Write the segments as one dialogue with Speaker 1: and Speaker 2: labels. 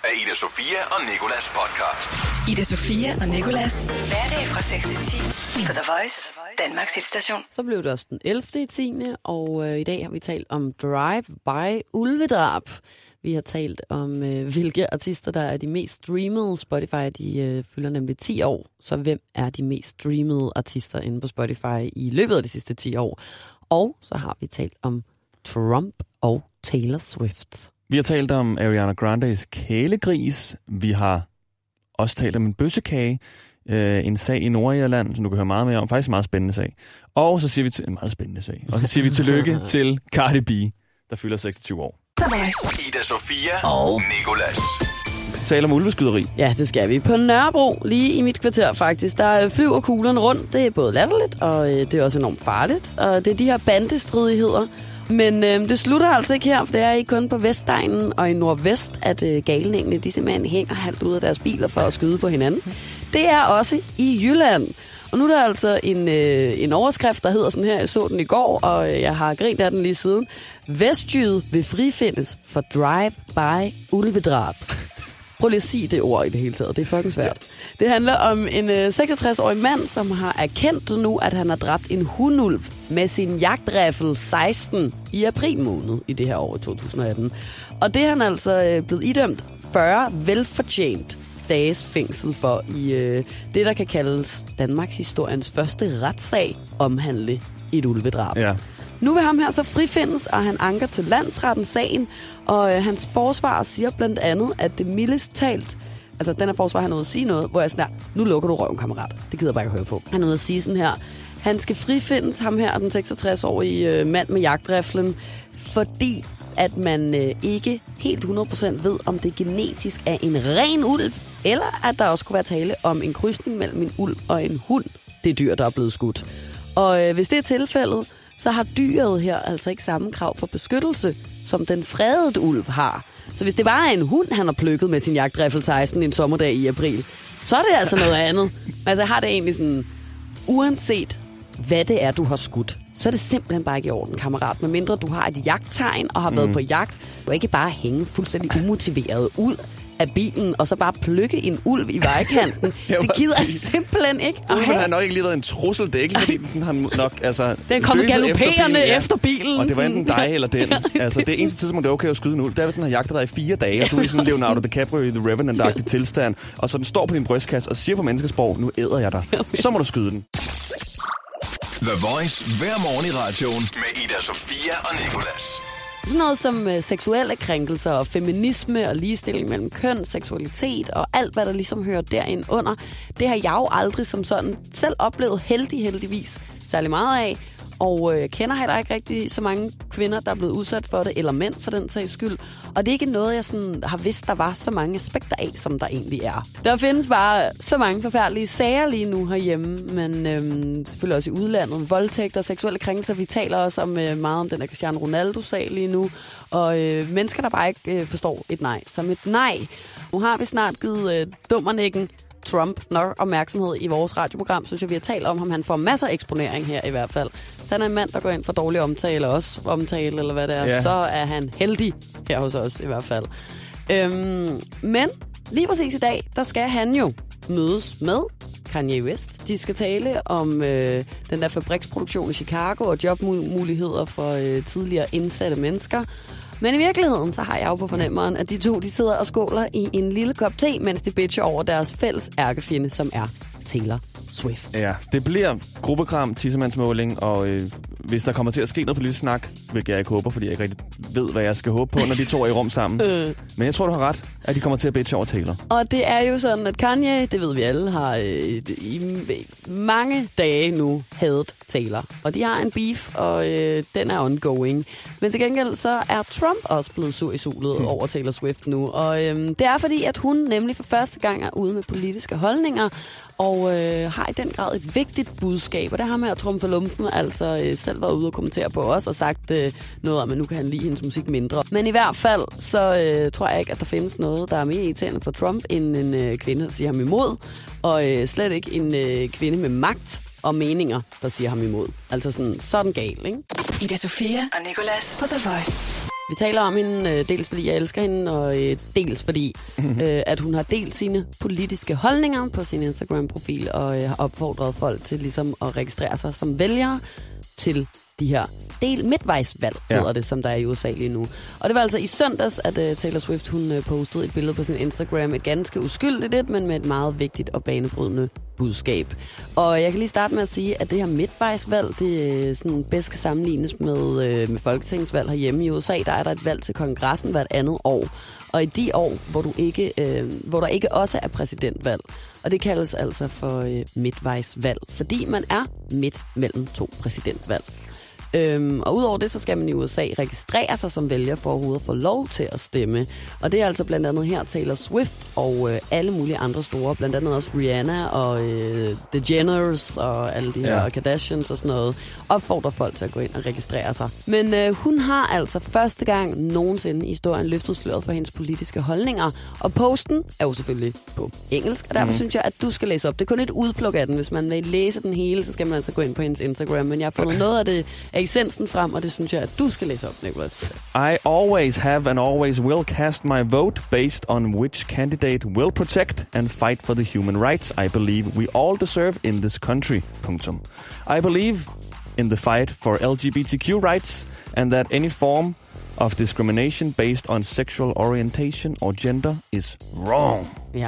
Speaker 1: af Ida Sofia og Nicolas podcast.
Speaker 2: Ida Sofia og Nicolas. Hverdag fra 6 til 10 på The Voice, Danmarks hitstation.
Speaker 3: Så blev det også den 11.10. og i dag har vi talt om drive-by ulvedrab. Vi har talt om, hvilke artister, der er de mest streamede. Spotify, de fylder nemlig 10 år. Så hvem er de mest streamede artister inde på Spotify i løbet af de sidste 10 år? Og så har vi talt om Trump og Taylor Swift.
Speaker 4: Vi har talt om Ariana Grandes kælegris. Vi har også talt om en bøssekage. En sag i Nordirland, som du kan høre meget mere om. Faktisk en meget spændende sag. Og så siger vi en meget spændende sag. Og så siger vi tillykke til Cardi B, der fylder 26 år.
Speaker 1: Ida Sofia og Nicolas.
Speaker 4: Vi taler om ulveskyderi.
Speaker 3: Ja, det skal vi. På Nørrebro, lige i mit kvarter faktisk, der flyver kuglerne rundt. Det er både latterligt, og det er også enormt farligt. Og det er de her bandestridigheder. Men det slutter altså ikke her, for det er ikke kun på Vestegnen og i Nordvest, at galningene de simpelthen hænger halvt ud af deres biler for at skyde på hinanden. Det er også i Jylland. Og nu er der altså en overskrift, der hedder sådan her, jeg så den i går, og jeg har grint af den lige siden. Vestjyde vil frifindes for drive-by ulvedrab. Prøv lige at sige det ord i det hele taget, det er fucking svært. Det handler om en 66-årig mand, som har erkendt nu, at han har dræbt en hundulv med sin jagtriffel 16 i april måned i det her år 2018. Og det er han altså blevet idømt 40 velfortjent dages fængsel for i det, der kan kaldes Danmarks historiens første retssag omhandle et ulvedrab.
Speaker 4: Ja.
Speaker 3: Nu vil ham her så frifindes, og han anker til landsretten sagen, og hans forsvar siger blandt andet, at det mildest talt, altså den her forsvar, han er ude at sige noget, hvor jeg sådan der, nu lukker du røven, kammerat. Det gider jeg bare ikke høre på. Han er ude at sige sådan her, han skal frifindes, ham her, den 66-årige mand med jagtriflen, fordi at man ikke helt 100% ved, om det genetisk er en ren ulv, eller at der også kunne være tale om en krydsning mellem en ulv og en hund, det dyr, der er blevet skudt. Og hvis det er tilfældet, så har dyret her altså ikke samme krav for beskyttelse, som den fredede ulv har. Så hvis det bare er en hund, han har plukket med sin jagtriffel 16 en sommerdag i april, så er det altså noget andet. Altså jeg har det egentlig sådan, uanset hvad det er, du har skudt, så er det simpelthen bare ikke i orden, kammerat. Medmindre du har et jagttegn og har været på jagt, du ikke bare hænge fuldstændig umotiveret ud af bilen, og så bare plukke en ulv i vejkanten. Det gider jeg simpelthen ikke at
Speaker 4: Ulven
Speaker 3: have.
Speaker 4: har nok ikke lige været en trussel. Det er ikke fordi den sådan har nok, altså...
Speaker 3: Den er kommet galopperende efter bilen.
Speaker 4: Og det var enten dig eller den. Altså, det eneste tidspunkt, det er okay at skyde en ulv. Det er, hvis den har jagtet dig i 4 dage, og du er i sådan Leonardo DiCaprio i The Revenant-agtig tilstand, og så den står på din brystkasse og siger på menneskesprog, nu æder jeg dig. Så må du skyde den.
Speaker 1: The Voice hver morgen i radioen med Ida Sofia og Nicolas.
Speaker 3: Sådan noget som seksuelle krænkelser og feminisme og ligestilling mellem køn, seksualitet og alt, hvad der ligesom hører derind under, det har jeg jo aldrig som sådan selv oplevet heldigvis særlig meget af. Og jeg kender heller ikke rigtig så mange kvinder, der er blevet udsat for det, eller mænd for den sags skyld. Og det er ikke noget, jeg sådan har vidst, der var så mange aspekter af, som der egentlig er. Der findes bare så mange forfærdelige sager lige nu herhjemme, men selvfølgelig også i udlandet. Voldtægter og seksuelle krænkelser. Vi taler også om meget om den her Cristiano Ronaldo-sag lige nu. Og mennesker, der bare ikke forstår et nej som et nej. Nu har vi snart givet dummernækken Trump nok opmærksomhed i vores radioprogram, synes jeg, vi har talt om ham. Han får masser af eksponering her i hvert fald. Så han er en mand, der går ind for dårlig omtale, også omtale, eller hvad det er. Ja. Så er han heldig her hos os i hvert fald. Men lige præcis i dag, der skal han jo mødes med Kanye West. De skal tale om den der fabriksproduktion i Chicago og jobmuligheder for tidligere indsatte mennesker. Men i virkeligheden, så har jeg jo på fornemmeren, at de sidder og skåler i en lille kop te, mens de bitcher over deres fælles ærkefjende, som er Taylor Swift. Ja,
Speaker 4: det bliver gruppekram, tissemandsmåling, og hvis der kommer til at ske noget politisk snak, hvilket jeg ikke håber, fordi jeg ikke rigtig ved, hvad jeg skal håbe på, når de to er i rum sammen. Men jeg tror, du har ret, at de kommer til at bitche over Taylor.
Speaker 3: Og det er jo sådan, at Kanye, det ved vi alle, har i mange dage nu hadet Taylor. Og de har en beef, og den er ongoing. Men til gengæld så er Trump også blevet sur i solet over Taylor Swift nu. Og det er fordi, at hun nemlig for første gang er ude med politiske holdninger, og har i den grad et vigtigt budskab. Og det har med at trumfe lumfen altså selv været ude og kommentere på os og sagt noget om, at nu kan han lide hendes musik mindre. Men i hvert fald, så tror jeg ikke, at der findes noget, der er mere irriterende for Trump, end en kvinde, der siger ham imod. Og slet ikke en kvinde med magt og meninger, der siger ham imod. Altså sådan gal, ikke?
Speaker 2: Ida Sofia og Nicolas på The Voice.
Speaker 3: Vi taler om hende dels fordi jeg elsker hende, og dels fordi at hun har delt sine politiske holdninger på sin Instagram-profil, og har opfordret folk til ligesom at registrere sig som vælgere til de her midtvejsvalg, hedder det, som der er i USA lige nu. Og det var altså i søndags, at Taylor Swift hun postede et billede på sin Instagram, et ganske uskyldigt, men med et meget vigtigt og banebrydende budskab. Og jeg kan lige starte med at sige, at det her midtvejsvalg, det sådan bedst kan sammenlignes med folketingsvalg herhjemme i USA. Der er der et valg til kongressen hvert andet år. Og i de år, hvor der ikke også er præsidentvalg, og det kaldes altså for midtvejsvalg, fordi man er midt mellem to præsidentvalg. Og udover det, så skal man i USA registrere sig som vælger for overhovedet at få lov til at stemme. Og det er altså blandt andet her Taylor Swift og alle mulige andre store, blandt andet også Rihanna og The Jenners og alle de her Kardashians og sådan noget, opfordrer folk til at gå ind og registrere sig. Men hun har altså første gang nogensinde i historien løftet sløret for hendes politiske holdninger. Og posten er jo selvfølgelig på engelsk, og derfor synes jeg, at du skal læse op. Det er kun et udpluk af den. Hvis man vil læse den hele, så skal man altså gå ind på hendes Instagram. Men jeg har fundet noget af det essensen frem, og det synes jeg, at du skal læse op, Nicholas.
Speaker 4: I always have and always will cast my vote based on which candidate will protect and fight for the human rights I believe we all deserve in this country. Punktum. I believe in the fight for LGBTQ rights and that any form of discrimination based on sexual orientation or gender is wrong.
Speaker 3: Ja.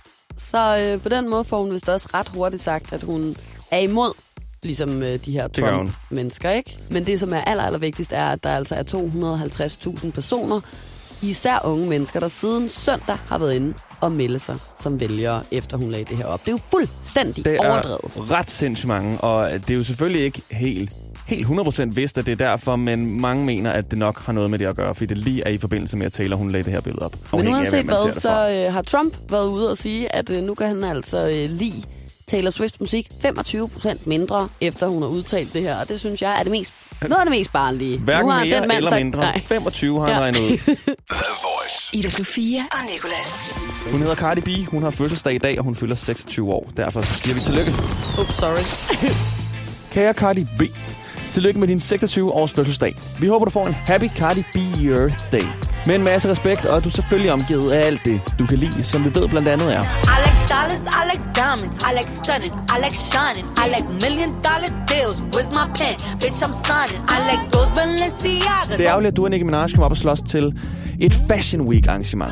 Speaker 3: Så på den måde får hun vist også ret hurtigt sagt, at hun er imod ligesom de her Trump-mennesker, ikke? Men det, som er aller vigtigst, er, at der altså er 250.000 personer, især unge mennesker, der siden søndag har været inde og melde sig som vælgere, efter hun lagde det her op. Det er jo fuldstændig overdrevet.
Speaker 4: Det er ret sindssygt mange, og det er jo selvfølgelig ikke helt 100% vidst, at det er derfor, men mange mener, at det nok har noget med det at gøre, fordi det lige er i forbindelse med, at Taylor hun lagde det her billede op.
Speaker 3: Men uanset hvad, så har Trump været ude og sige, at nu kan han altså lide Taylor Swift musik 25% mindre, efter hun har udtalt det her. Og det synes jeg er noget af det mest barnlige.
Speaker 4: Hverken mere eller mindre. Nej. 25 har han regnet ud.
Speaker 1: The Voice.
Speaker 2: Ida Sofia og Nicholas.
Speaker 4: Hun hedder Cardi B. Hun har fødselsdag i dag, og hun fylder 26 år. Derfor siger vi tillykke.
Speaker 3: Sorry.
Speaker 4: Kære Cardi B. Tillykke med din 26-års fødselsdag. Vi håber, du får en happy Cardi B birthday. Med en masse respekt, og du er selvfølgelig omgivet af alt det, du kan lide, som vi ved blandt andet er.
Speaker 5: I like dollars, I like diamonds, I like stunning, I like shining, I like $1 million deals. Where's my pen? Bitch, I'm signing. I like those Balenciaga. Det
Speaker 4: er ærgerligt, at du og Nicki Minaj kom op og slås til et Fashion Week arrangement.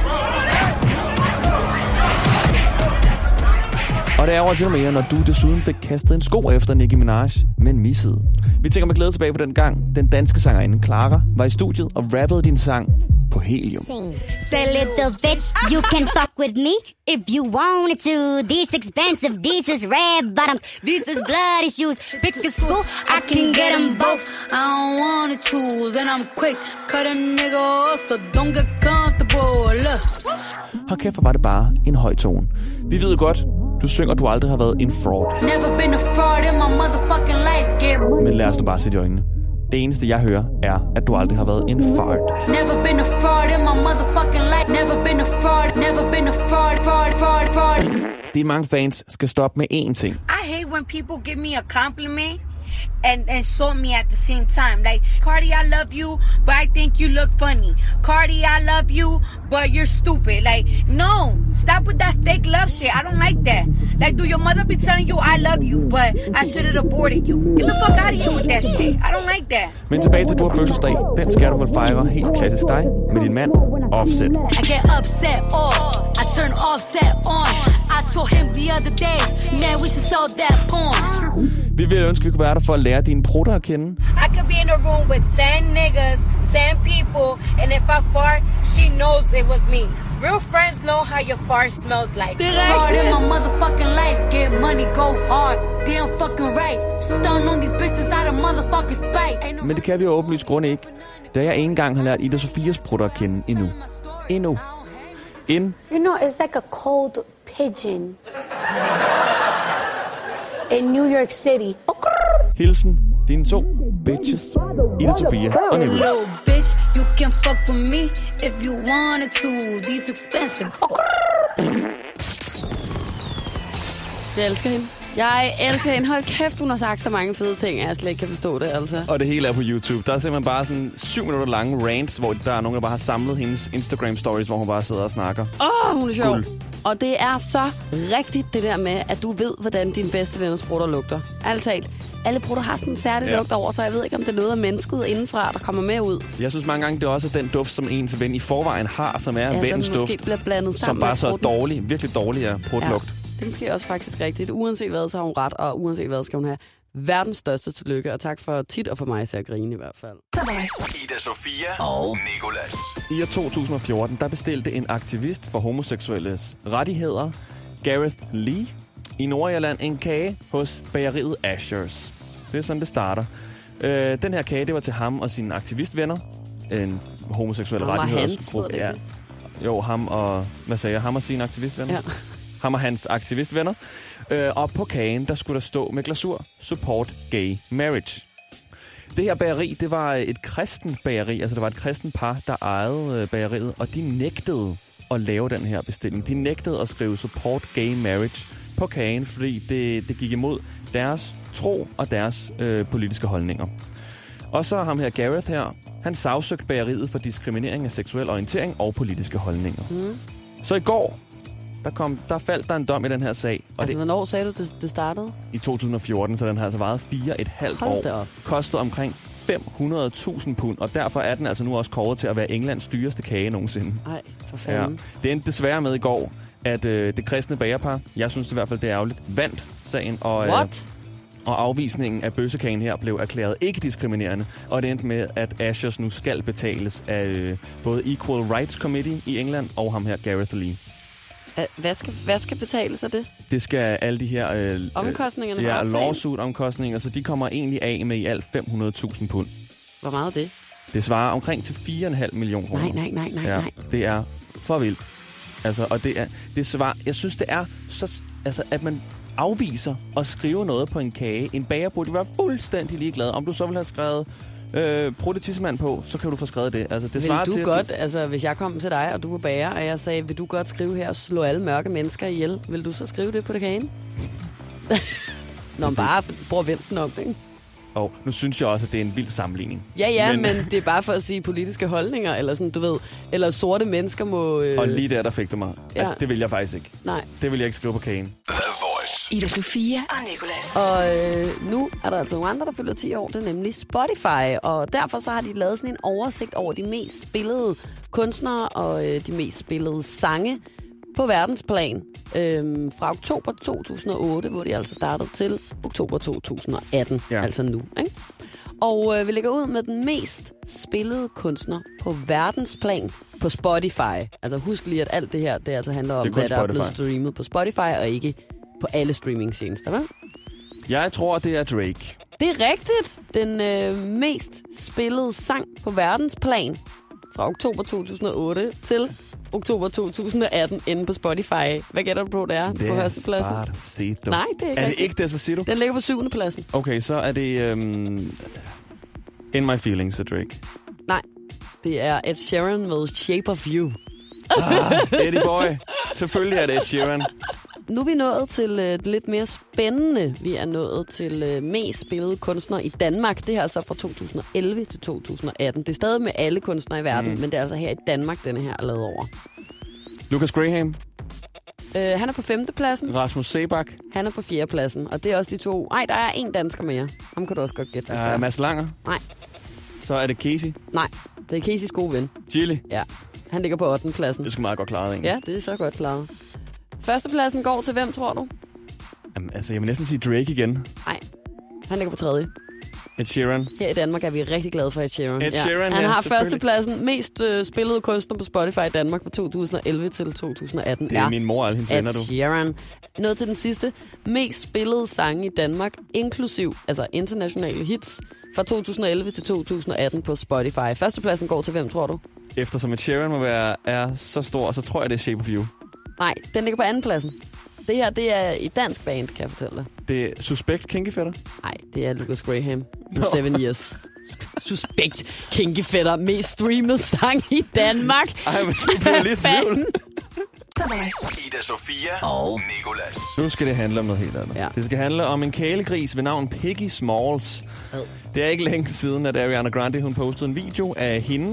Speaker 4: Og det er over til mere, når du desuden fik kastet en sko efter Nicki Minaj, men missede. Vi tænker med glæde tilbage på den gang, den danske sangerinde Clara var i studiet og rappede din sang på helium.
Speaker 6: Say little bitch, you can fuck with me if you wanted to. These expensive, these is red bottoms, these is bloody shoes. Pick a school, I can get them both.
Speaker 5: I don't wanna choose, and I'm quick. Cut a nigga off, so don't get comfortable. Look.
Speaker 4: Hold kæft, hvor var det bare en høj tone. Vi ved godt, du synger, du aldrig har været en fraud.
Speaker 5: Never been a fraud in my motherfucking life.
Speaker 4: Men lad os nu bare sætte i øjnene. Det eneste, jeg hører, er, at du aldrig har været en fart.
Speaker 5: Never been a fraud in my motherfucking life. Never been a fraud, never been a fraud.
Speaker 4: De mange fans skal stoppe med én ting.
Speaker 7: I hate when people give me a compliment and insult me at the same time. Like, Cardi, I love you, but I think you look funny. Cardi, I love you, but you're stupid. Like, no, stop with that fake love shit. I don't like that. Like, do your mother be telling you I love you, but I should have aborted you? Get the fuck out of here with that shit. I don't like that.
Speaker 4: Men tilbage til, du har fødselsdag. Den skal du vel fejre helt klassisk dig med din mand, Offset.
Speaker 5: I get upset off. I turn Offset on. I told him the other day, man, we should sell that porn.
Speaker 4: Vi ville ønske, vi kunne være der for at lære dine prutter at kende.
Speaker 7: I could be in a room with 10 niggas, 10 people, and if I fart, she knows it was me. Real friends know how your fart smells like.
Speaker 5: Hard in my motherfucking life. Get money, go hard. Damn fucking right. Stun on these bitches out of motherfucking spite.
Speaker 4: Men det kan vi jo åbenlyst grund ikke, da jeg ikke engang har lært Ida Sofias prutter at kende endnu. You
Speaker 8: know, it's like a cold pigeon in New York City.
Speaker 4: Hilsen, dine to bitches, Ida Sofia og Nicholas.
Speaker 5: Bitch, you can fuck with me if you wanted to. These expensive.
Speaker 3: Jeg elsker hende. Jeg elsker hende. Hold kæft, hun har sagt så mange fede ting, at jeg slet ikke kan forstå det, altså.
Speaker 4: Og det hele er på YouTube. Der er simpelthen bare sådan 7 minutter lange rants, hvor der er nogen, der bare har samlet hendes Instagram-stories, hvor hun bare sidder og snakker.
Speaker 3: Hun er sjov.
Speaker 4: Guld.
Speaker 3: Og det er så rigtigt det der med, at du ved, hvordan din bedste venners brutter lugter. Ærligt talt. Alle brutter har sådan en særlig lugt over, så jeg ved ikke, om det er noget af mennesket indenfra, der kommer med ud.
Speaker 4: Jeg synes mange gange, det er også den duft, som ens ven i forvejen har, som er vennens duft,
Speaker 3: bliver blandet sammen
Speaker 4: som bare så dårlig, virkelig dårlig er prutlugt.
Speaker 3: Ja, det er måske også faktisk rigtigt. Uanset hvad, så har hun ret, og uanset hvad, skal hun have verdens største tillykke. Og tak for tit og for mig til at grine i hvert fald.
Speaker 1: Ida Sofia og Nicolas.
Speaker 4: I år 2014, der bestilte en aktivist for homoseksuelles rettigheder, Gareth Lee, i Nordirland en kage hos bageriet Ashers. Det er sådan, det starter. Den her kage, det var til ham og sine aktivistvenner. En homoseksuelle rettighedsgruppe. Ja. Jo, ham og... Hvad sagde jeg? Ham og sine aktivistvenner? Ja. Ham og hans aktivistvenner. Og på kagen, der skulle der stå med glasur: Support Gay Marriage. Det her bageri, det var et kristen bageri. Altså, det var et kristen par, der ejede bageriet. Og de nægtede at lave den her bestilling. De nægtede at skrive Support Gay Marriage på kagen, fordi det gik imod deres tro og deres politiske holdninger. Og så ham her, Gareth her, han sagsøgte bageriet for diskriminering af seksuel orientering og politiske holdninger. Så i går, der faldt der en dom i den her sag. Og
Speaker 3: altså, hvornår sagde du, det startede?
Speaker 4: I 2014, så den har altså varet 4,5 år. Kostet omkring 500.000 pund, og derfor er den altså nu også kåret til at være Englands dyreste kage nogensinde.
Speaker 3: Nej, for fanden.
Speaker 4: Ja. Det endte desværre med i går, at det kristne bagerpar, jeg synes i hvert fald, det er ærgerligt, vandt sagen. Og afvisningen af bøssekagen her blev erklæret ikke diskriminerende, og det endte med, at Ashers nu skal betales af både Equal Rights Committee i England og ham her, Gareth Lee.
Speaker 3: Hvad skal betales af det?
Speaker 4: Det skal alle de her...
Speaker 3: omkostningerne?
Speaker 4: Ja, lawsuit-omkostninger, så de kommer egentlig af med i alt 500.000 pund.
Speaker 3: Hvor meget er det?
Speaker 4: Det svarer omkring til 4,5 millioner kroner.
Speaker 3: Nej.
Speaker 4: Det er for vildt. Altså, og det svarer... Jeg synes, det er så... Altså, at man afviser at skrive noget på en kage. En bager burde være fuldstændig ligeglad. Om du så vil have skrevet protestissemand på, så kan du få skrevet det. Altså, det svarer
Speaker 3: vil du
Speaker 4: til,
Speaker 3: godt, altså hvis jeg kom til dig, og du var bager, og jeg sagde, vil du godt skrive her og slå alle mørke mennesker ihjel? Vil du så skrive det på det kagen? Nå, man bare prøv at vente den om, ikke?
Speaker 4: Og nu synes jeg også, at det er en vild sammenligning.
Speaker 3: Ja, men det er bare for at sige politiske holdninger, eller sådan, du ved, eller sorte mennesker må...
Speaker 4: Og lige der fik du mig.
Speaker 3: Ja.
Speaker 4: Det vil jeg faktisk ikke.
Speaker 3: Nej.
Speaker 4: Det vil jeg ikke skrive på kagen.
Speaker 2: Ida Sofia og Nicolas.
Speaker 3: Og nu er der altså nogle andre, der fylder 10 år. Det er nemlig Spotify. Og derfor så har de lavet sådan en oversigt over de mest spillede kunstnere og de mest spillede sange på verdensplan. Fra oktober 2008, hvor de altså startede, til oktober 2018. Ja. Altså nu, ikke? Og vi lægger ud med den mest spillede kunstner på verdensplan på Spotify. Altså husk lige, at alt det her, det altså handler om, hvad der er blevet streamet på Spotify, og ikke på alle streamingtjenester, vel?
Speaker 4: Jeg tror, det er Drake.
Speaker 3: Det er rigtigt. Den mest spillede sang på verdensplan fra oktober 2008 til oktober 2018 inde på Spotify. Hvad gætter du på, det er på hørselspladsen?
Speaker 4: Despacito.
Speaker 3: Nej, det er ikke
Speaker 4: Er det
Speaker 3: rigtigt.
Speaker 4: ikke Despacito?
Speaker 3: Den ligger på 7. pladsen.
Speaker 4: Okay, så er det In My Feelings af Drake.
Speaker 3: Nej, det er Ed Sheeran med Shape of You.
Speaker 4: Eddie Boy. Selvfølgelig er det Ed Sheeran.
Speaker 3: Nu er vi nået til det lidt mere spændende. Vi er nået til mest spillede kunstnere i Danmark. Det er altså fra 2011 til 2018. Det er stadig med alle kunstnere i verden, men det er altså her i Danmark, denne her er lavet over.
Speaker 4: Lucas Graham.
Speaker 3: Han er på 5. pladsen.
Speaker 4: Rasmus Seebach.
Speaker 3: Han er på 4. pladsen. Og det er også de to... Nej, der er en dansker mere. Ham kan du også godt gætte.
Speaker 4: Mads Langer.
Speaker 3: Nej.
Speaker 4: Så er det Casey.
Speaker 3: Nej, det er Caseys gode ven.
Speaker 4: Chili.
Speaker 3: Ja, han ligger på 8. pladsen.
Speaker 4: Det er sgu meget godt klaret, egentlig.
Speaker 3: Ja, det er så godt klaret. Førstepladsen går til hvem, tror du?
Speaker 4: Jamen, altså, jeg vil næsten sige Drake igen.
Speaker 3: Nej, han ligger på 3.
Speaker 4: Ed Sheeran.
Speaker 3: Her i Danmark er vi rigtig glade for Ed Sheeran.
Speaker 4: Ed Sheeran,
Speaker 3: Han har førstepladsen, mest spillede kunstner på Spotify i Danmark fra 2011 til 2018.
Speaker 4: Det er min mor og alle hendes venner, du.
Speaker 3: Ed Sheeran. Noget til den sidste. Mest spillede sange i Danmark, inklusiv altså internationale hits, fra 2011 til 2018 på Spotify. Førstepladsen går til hvem, tror du?
Speaker 4: Eftersom Ed Sheeran er så stor, så tror jeg, det er Shape of You.
Speaker 3: Nej, den ligger på 2. pladsen. Det her, det er et dansk band, kan jeg fortælle dig.
Speaker 4: Det er Suspekt Kinky Fætter?
Speaker 3: Nej, det er Lucas Graham. The 7 Years. Suspekt Kinky Fætter. Mest streamet sang i Danmark.
Speaker 4: Ej, men det bliver lidt tvivl.
Speaker 2: The Voice.
Speaker 1: Ida Sofia og Nicolas.
Speaker 4: Nu skal det handle om noget helt andet.
Speaker 3: Ja.
Speaker 4: Det skal handle om en kælegris ved navn Piggy Smalls. Det er ikke længe siden, at Ariana Grande hun postede en video af hende,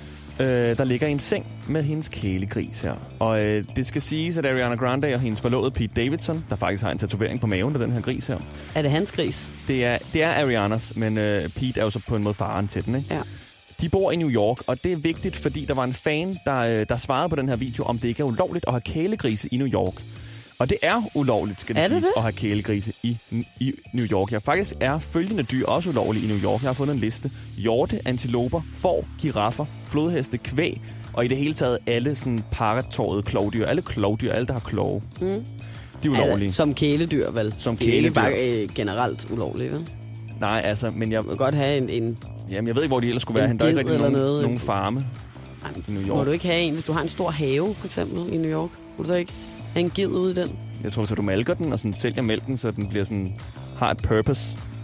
Speaker 4: der ligger i en seng med hendes kælegris her. Og det skal siges, at Ariana Grande og hendes forlovede Pete Davidson, der faktisk har en tatovering på maven af den her gris her.
Speaker 3: Er det hans gris?
Speaker 4: Det er Arianas, men Pete er jo så på en måde faren til den, ikke?
Speaker 3: Ja.
Speaker 4: De bor i New York, og det er vigtigt, fordi der var en fan, der svarede på den her video, om det ikke er ulovligt at have kælegrise i New York. Og det er ulovligt, skal det siges, at have kælegrise i New York. Ja, faktisk er følgende dyr også ulovlige i New York. Jeg har fundet en liste. Hjorte, antiloper, får, giraffer, flodheste, kvæg, og i det hele taget alle sådan parrettårede klovdyr. Alle klovdyr, alle der har kloge. De er ulovlige.
Speaker 3: Altså, som kæledyr, vel?
Speaker 4: Som
Speaker 3: det er ikke
Speaker 4: kæledyr.
Speaker 3: bare generelt ulovligt, vel?
Speaker 4: Nej, altså, men jeg
Speaker 3: vil godt have en
Speaker 4: jamen, jeg ved ikke, hvor de ellers skulle være. Der er ikke rigtig nogen farme i New York.
Speaker 3: Må du ikke have en, hvis du har en stor have, for eksempel, i New York? Må du så ikke have en ged ude i den?
Speaker 4: Jeg tror, så du malker den og sådan sælger mælken, så den bliver sådan, har et purpose.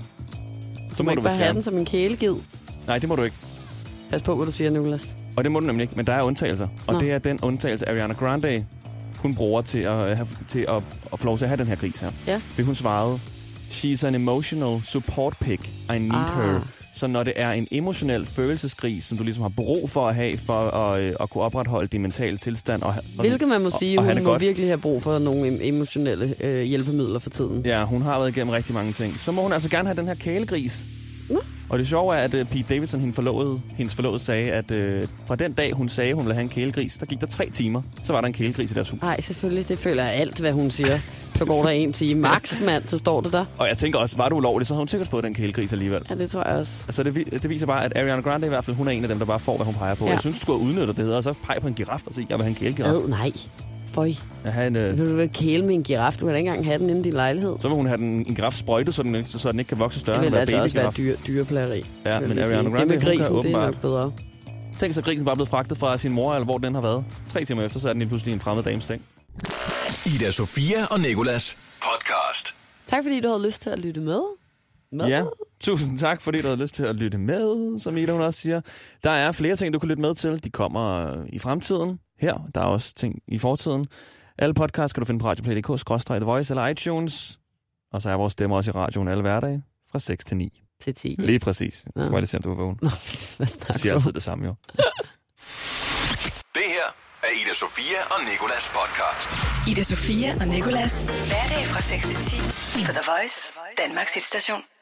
Speaker 3: Så må du ikke bare have den som en kæleged.
Speaker 4: Nej, det må du ikke.
Speaker 3: Pas på, hvad du siger, Nicolas.
Speaker 4: Og det må du nemlig ikke, men der er undtagelser. Og det er den undtagelse, Ariana Grande, hun bruger til at få lov til at have den her gris her. Ja. For hun svarede, she's an emotional support pig. I need her. Så når det er en emotionel følelsesgris, som du ligesom har brug for at have, for at kunne opretholde din mentale tilstand.
Speaker 3: Hvilket man må sige, hun må virkelig have brug for nogle emotionelle hjælpemidler for tiden.
Speaker 4: Ja, hun har været igennem rigtig mange ting. Så må hun altså gerne have den her kælegris. Og det sjove er, at Pete Davidson, hendes forlovede, sagde, at fra den dag, hun sagde, hun ville have en kælegris, der gik der 3 timer. Så var der en kælegris i deres hus.
Speaker 3: Nej, selvfølgelig. Det føler jeg alt, hvad hun siger. Så går der 1 time. Max, mand, så står det der.
Speaker 4: Og jeg tænker også, var det ulovligt, så havde hun sikkert fået den kælegris alligevel.
Speaker 3: Ja, det tror jeg også.
Speaker 4: Altså, det viser bare, at Ariana Grande i hvert fald, hun er en af dem, der bare får, hvad hun peger på. Ja. Jeg synes, du skulle udnytte det hedder, og så pege på en giraf og sige, jeg vil have en kælegiraf.
Speaker 3: Nej. Føj. Vil du vel kæle med en giraf? Du kan da ikke engang have den inde i din lejlighed.
Speaker 4: Så vil hun have en giraf sprøjtet, så den ikke kan vokse større.
Speaker 3: Det vil altså også være dyreplageri.
Speaker 4: Ja, men Ariana Grande,
Speaker 3: det med grisen, det er nok bedre.
Speaker 4: Tænk så, grisen bare blevet fragtet fra sin mor, eller hvor den har været. 3 timer efter, så er den lige pludselig en fremmed dames seng.
Speaker 1: Ida Sofia og Nicolas podcast.
Speaker 3: Tak fordi du havde lyst til at lytte med.
Speaker 4: Ja, tusind tak fordi du havde lyst til at lytte med, som Ida hun også siger. Der er flere ting, du kan lytte med til. De kommer i fremtiden. Her, der er også ting i fortiden. Alle podcasts kan du finde på radioplay.dk/The Voice eller iTunes. Og så er vores stemmer også i radioen alle hverdage fra 6 til 9.
Speaker 3: Til 10.
Speaker 4: Lige præcis. Jeg skal bare lige se, om du var vågen.
Speaker 3: Hvad snakker du?
Speaker 4: Jeg siger altid det samme, jo.
Speaker 1: Det her er Ida Sofia og Nicolas podcast.
Speaker 2: Ida Sofia og Nicolas. Hverdag fra 6 til 10 på The Voice, Danmarks hitstation.